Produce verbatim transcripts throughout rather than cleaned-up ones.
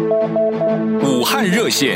武汉热线。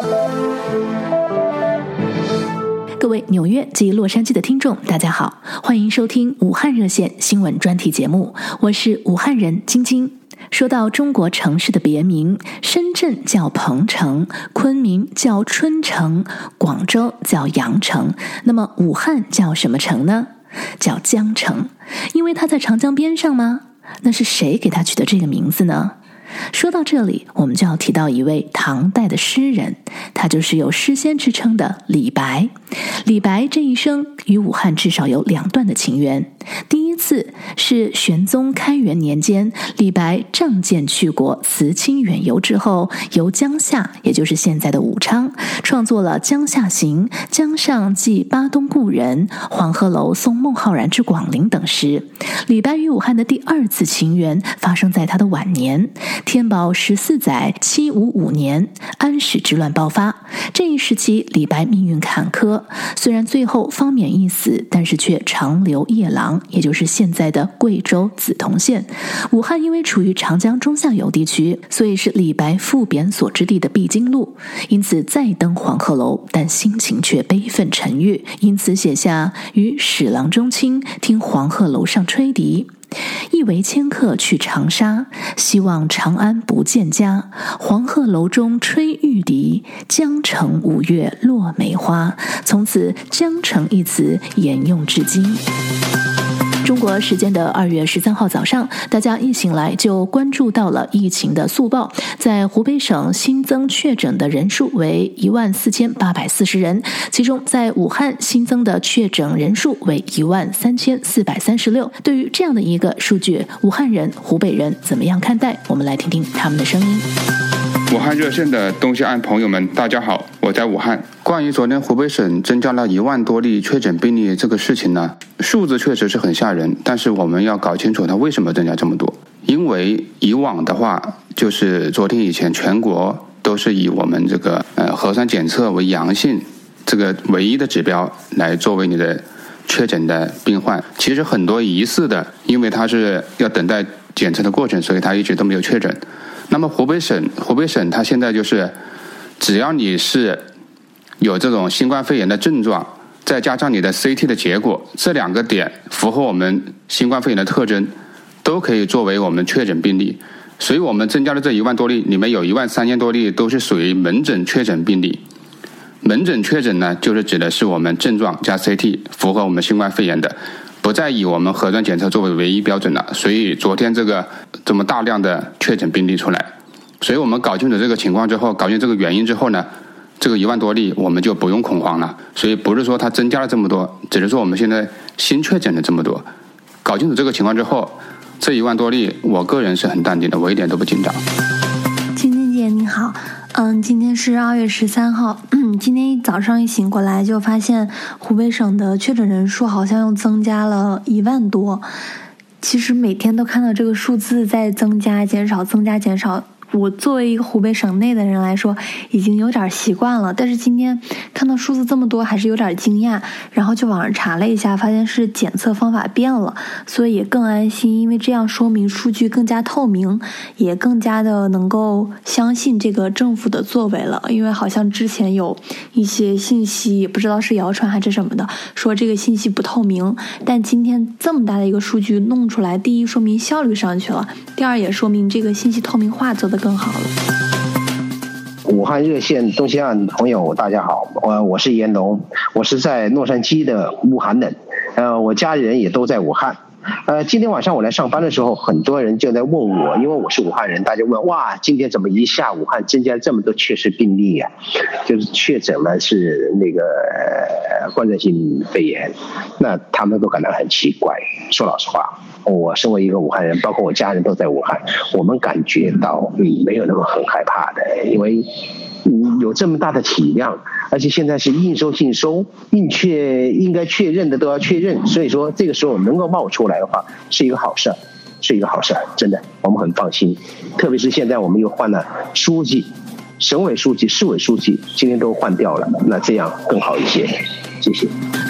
各位纽约及洛杉矶的听众大家好，欢迎收听武汉热线新闻专题节目，我是武汉人晶晶。说到中国城市的别名，深圳叫鹏城，昆明叫春城，广州叫羊城，那么武汉叫什么城呢？叫江城。因为它在长江边上吗？那是谁给它取的这个名字呢？说到这里，我们就要提到一位唐代的诗人，他就是有诗仙之称的李白。李白这一生与武汉至少有两段的情缘。第一次是玄宗开元年间，李白仗剑去国，辞亲远游之后，由江夏，也就是现在的武昌，创作了《江夏行》《江上寄巴东故人》《黄鹤楼送孟浩然之广陵》等诗。李白与武汉的第二次情缘发生在他的晚年，天宝十四载七五五年，安史之乱爆发。这一时期，李白命运坎坷，虽然最后方免一死，但是却长留夜郎，也就是现在的贵州梓潼县。武汉因为处于长江中下游地区，所以是李白赴贬所之地的必经路，因此再登黄鹤楼，但心情却悲愤沉郁，因此写下与史郎中卿听黄鹤楼上吹笛，一为迁客去长沙，希望长安不见家。黄鹤楼中吹玉笛，江城五月落梅花。从此江城一词沿用至今。中国时间的二月十三号早上，大家一醒来就关注到了疫情的速报，在湖北省新增确诊的人数为一万四千八百四十人，其中在武汉新增的确诊人数为一万三千四百三十六。对于这样的一个数据，武汉人、湖北人怎么样看待？我们来听听他们的声音。 武汉热线的东西岸朋友们，大家好，我在武汉。关于昨天湖北省增加了一万多例确诊病例这个事情呢，数字确实是很吓人，但是我们要搞清楚它为什么增加这么多。因为以往的话，就是昨天以前全国都是以我们这个呃核酸检测为阳性这个唯一的指标来作为你的确诊的病患。其实很多疑似的，因为它是要等待检测的过程，所以它一直都没有确诊。那么湖北省，湖北省它现在就是，只要你是有这种新冠肺炎的症状，再加上你的 C T 的结果，这两个点符合我们新冠肺炎的特征，都可以作为我们确诊病例。所以我们增加的这一万多例里面有一万三千多例都是属于门诊确诊病例。门诊确诊呢，就是指的是我们症状加 C T 符合我们新冠肺炎的，不再以我们核酸检测作为唯一标准了。所以昨天这个这么大量的确诊病例出来，所以我们搞清楚这个情况之后，搞清楚这个原因之后呢，这个一万多例我们就不用恐慌了。所以不是说它增加了这么多，只是说我们现在新确诊了这么多。搞清楚这个情况之后，这一万多例我个人是很淡定的，我一点都不紧张。 晶晶姐你好，嗯，今天是二月十三号，嗯，今天一早上一醒过来就发现湖北省的确诊人数好像又增加了一万多。其实每天都看到这个数字在增加减少增加减少，我作为一个湖北省内的人来说已经有点习惯了，但是今天看到数字这么多还是有点惊讶，然后就网上查了一下，发现是检测方法变了，所以也更安心，因为这样说明数据更加透明，也更加的能够相信这个政府的作为了。因为好像之前有一些信息也不知道是谣传还是什么的，说这个信息不透明，但今天这么大的一个数据弄出来，第一说明效率上去了，第二也说明这个信息透明化做得更好了。 武汉热线东西岸朋友大家好，我我是严龙，我是在洛杉矶的武汉人，呃，我家里人也都在武汉。呃，今天晚上我来上班的时候，很多人就在问我，因为我是武汉人，大家问哇，今天怎么一下武汉增加了这么多确实病例呀、啊？就是确诊了是那个呃冠状性肺炎，那他们都感到很奇怪。说老实话，我身为一个武汉人，包括我家人都在武汉，我们感觉到嗯没有那么很害怕的，因为嗯有这么大的体量，而且现在是应收尽收，应确应该确认的都要确认，所以说这个时候能够冒出来的话是一个好事，是一个好事，真的我们很放心。特别是现在我们又换了书记、省委书记、市委书记，今天都换掉了，那这样更好一些。谢谢。 如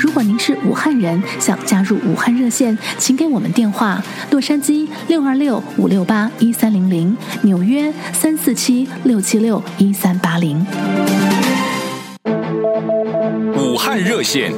如果您是武汉人，想加入武汉热线，请给我们电话：洛杉矶六二六五六八一三零零，纽约三四七六七六一三八零。 武汉热线。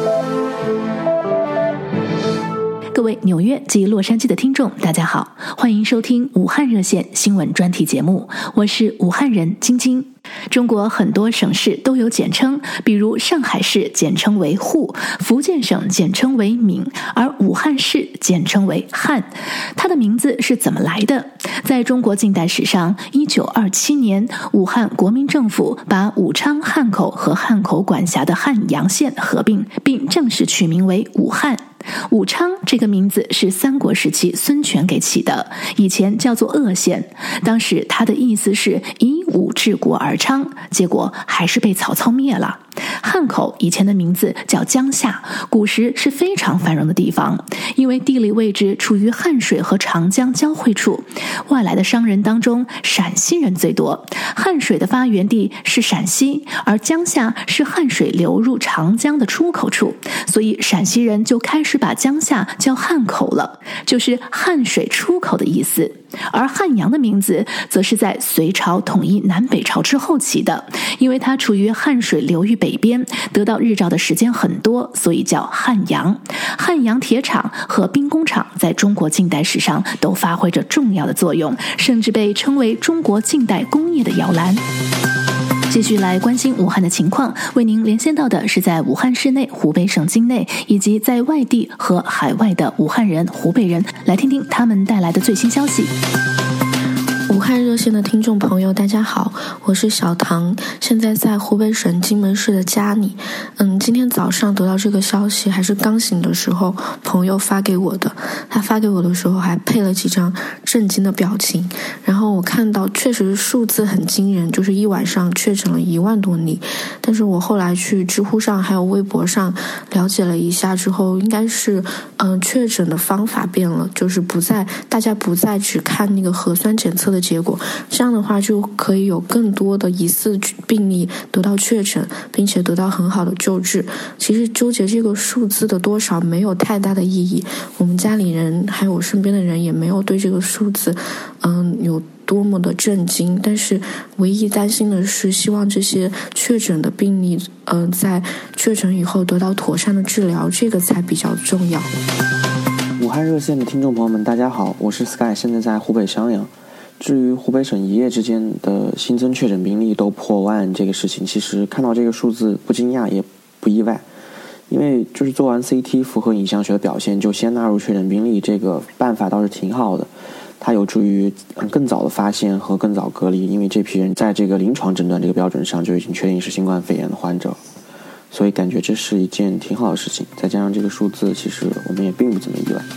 各位纽约及洛杉矶的听众，大家好，欢迎收听武汉热线新闻专题节目，我是武汉人晶晶。中国很多省市都有简称，比如上海市简称为沪，福建省简称为闽，而武汉市简称为汉。它的名字是怎么来的？在中国近代史上，一九二七年，武汉国民政府把武昌、汉口和汉口管辖的汉阳县合并，并正式取名为武汉。武昌这个名字是三国时期孙权给起的，以前叫做鄂县，当时他的意思是以武治国而昌，结果还是被曹操灭了。汉口以前的名字叫江夏，古时是非常繁荣的地方，因为地理位置处于汉水和长江交汇处，外来的商人当中陕西人最多。汉水的发源地是陕西，而江夏是汉水流入长江的出口处，所以陕西人就开始把江夏叫汉口了，就是汉水出口的意思。而汉阳的名字则是在隋朝统一南北朝之后起的，因为它处于汉水流域北边，得到日照的时间很多，所以叫汉阳。汉阳铁厂和兵工厂在中国近代史上都发挥着重要的作用，甚至被称为中国近代工业的摇篮。继续来关心武汉的情况，为您连线到的是在武汉市内、湖北省境内以及在外地和海外的武汉人、湖北人，来听听他们带来的最新消息。 武汉热线的听众朋友大家好，我是小唐，现在在湖北省荆门市的家里。嗯，今天早上得到这个消息还是刚醒的时候朋友发给我的，他发给我的时候还配了几张震惊的表情，然后我看到确实数字很惊人，就是一晚上确诊了一万多例，但是我后来去知乎上还有微博上了解了一下之后，应该是嗯、呃、确诊的方法变了，就是不再大家不再只看那个核酸检测的结果，这样的话就可以有更多的疑似病例得到确诊，并且得到很好的救治。其实纠结这个数字的多少没有太大的意义，我们家里人还有我身边的人也没有对这个数字嗯有多么的震惊，但是唯一担心的是希望这些确诊的病例嗯、呃、在确诊以后得到妥善的治疗，这个才比较重要。 武汉热线的听众朋友们大家好，我是 Sky， 现在在湖北襄阳。至于湖北省一夜之间的新增确诊病例都破万这个事情，其实看到这个数字不惊讶也不意外，因为就是做完 C T 符合影像学的表现就先纳入确诊病例，这个办法倒是挺好的，它有助于更早的发现和更早隔离，因为这批人在这个临床诊断这个标准上就已经确定是新冠肺炎的患者，所以感觉这是一件挺好的事情，再加上这个数字其实我们也并不怎么意外。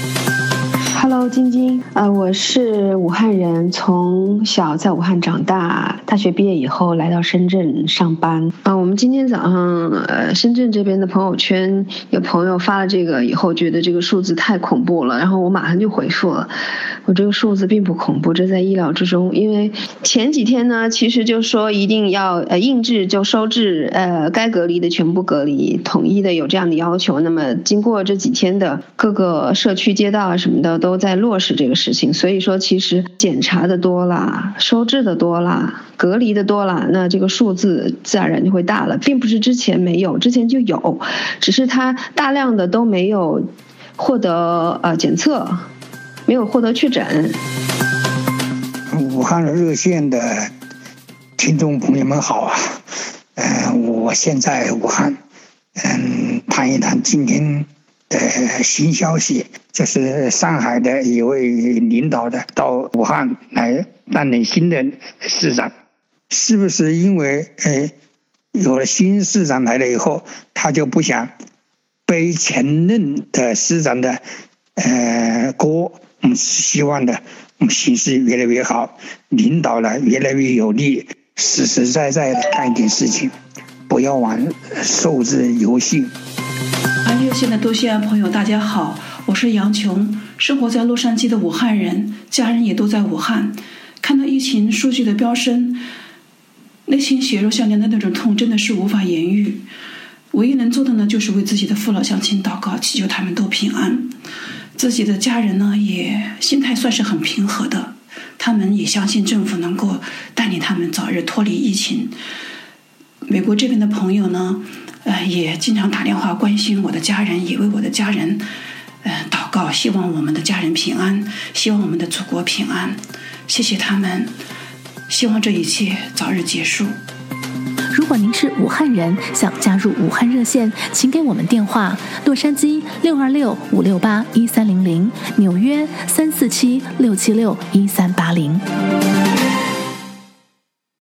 Hello， 晶晶，呃，我是武汉人，从小在武汉长大，大学毕业以后来到深圳上班。啊、呃，我们今天早上，呃，深圳这边的朋友圈有朋友发了这个以后，觉得这个数字太恐怖了，然后我马上就回复了，我这个数字并不恐怖，这在意料之中。因为前几天呢，其实就说一定要呃硬治就收治，呃，该隔离的全部隔离，统一的有这样的要求。那么经过这几天的各个社区街道啊什么的都在落实这个事情，所以说其实检查的多了，收治的多了，隔离的多了，那这个数字自然而然就会大了，并不是之前没有，之前就有，只是它大量的都没有获得呃检测，没有获得确诊。 武汉热线的听众朋友们好啊，嗯、呃，我现在武汉，嗯，谈一谈今天的新消息，就是上海的一位领导的到武汉来担任新的市长，是不是因为呃有了新市长来了以后，他就不想背前任的市长的呃锅？我们希望的我们形势越来越好，领导了越来越有力，实实在在的干一点事情，不要玩数字游戏。 安热线的多西安朋友大家好，我是杨琼，生活在洛杉矶的武汉人，家人也都在武汉。看到疫情数据的飙升，内心血肉相连的那种痛真的是无法言喻。 唯一能做的呢，就是为自己的父老乡亲祷告，祈求他们都平安。自己的家人呢，也心态算是很平和的，他们也相信政府能够带领他们早日脱离疫情。美国这边的朋友呢，呃，也经常打电话关心我的家人，也为我的家人，呃，祷告，希望我们的家人平安，希望我们的祖国平安。谢谢他们，希望这一切早日结束。 如果您是武汉人，想加入武汉热线，请给我们电话：洛杉矶六二六五六八一三零零，纽约三四七六七六一三八零。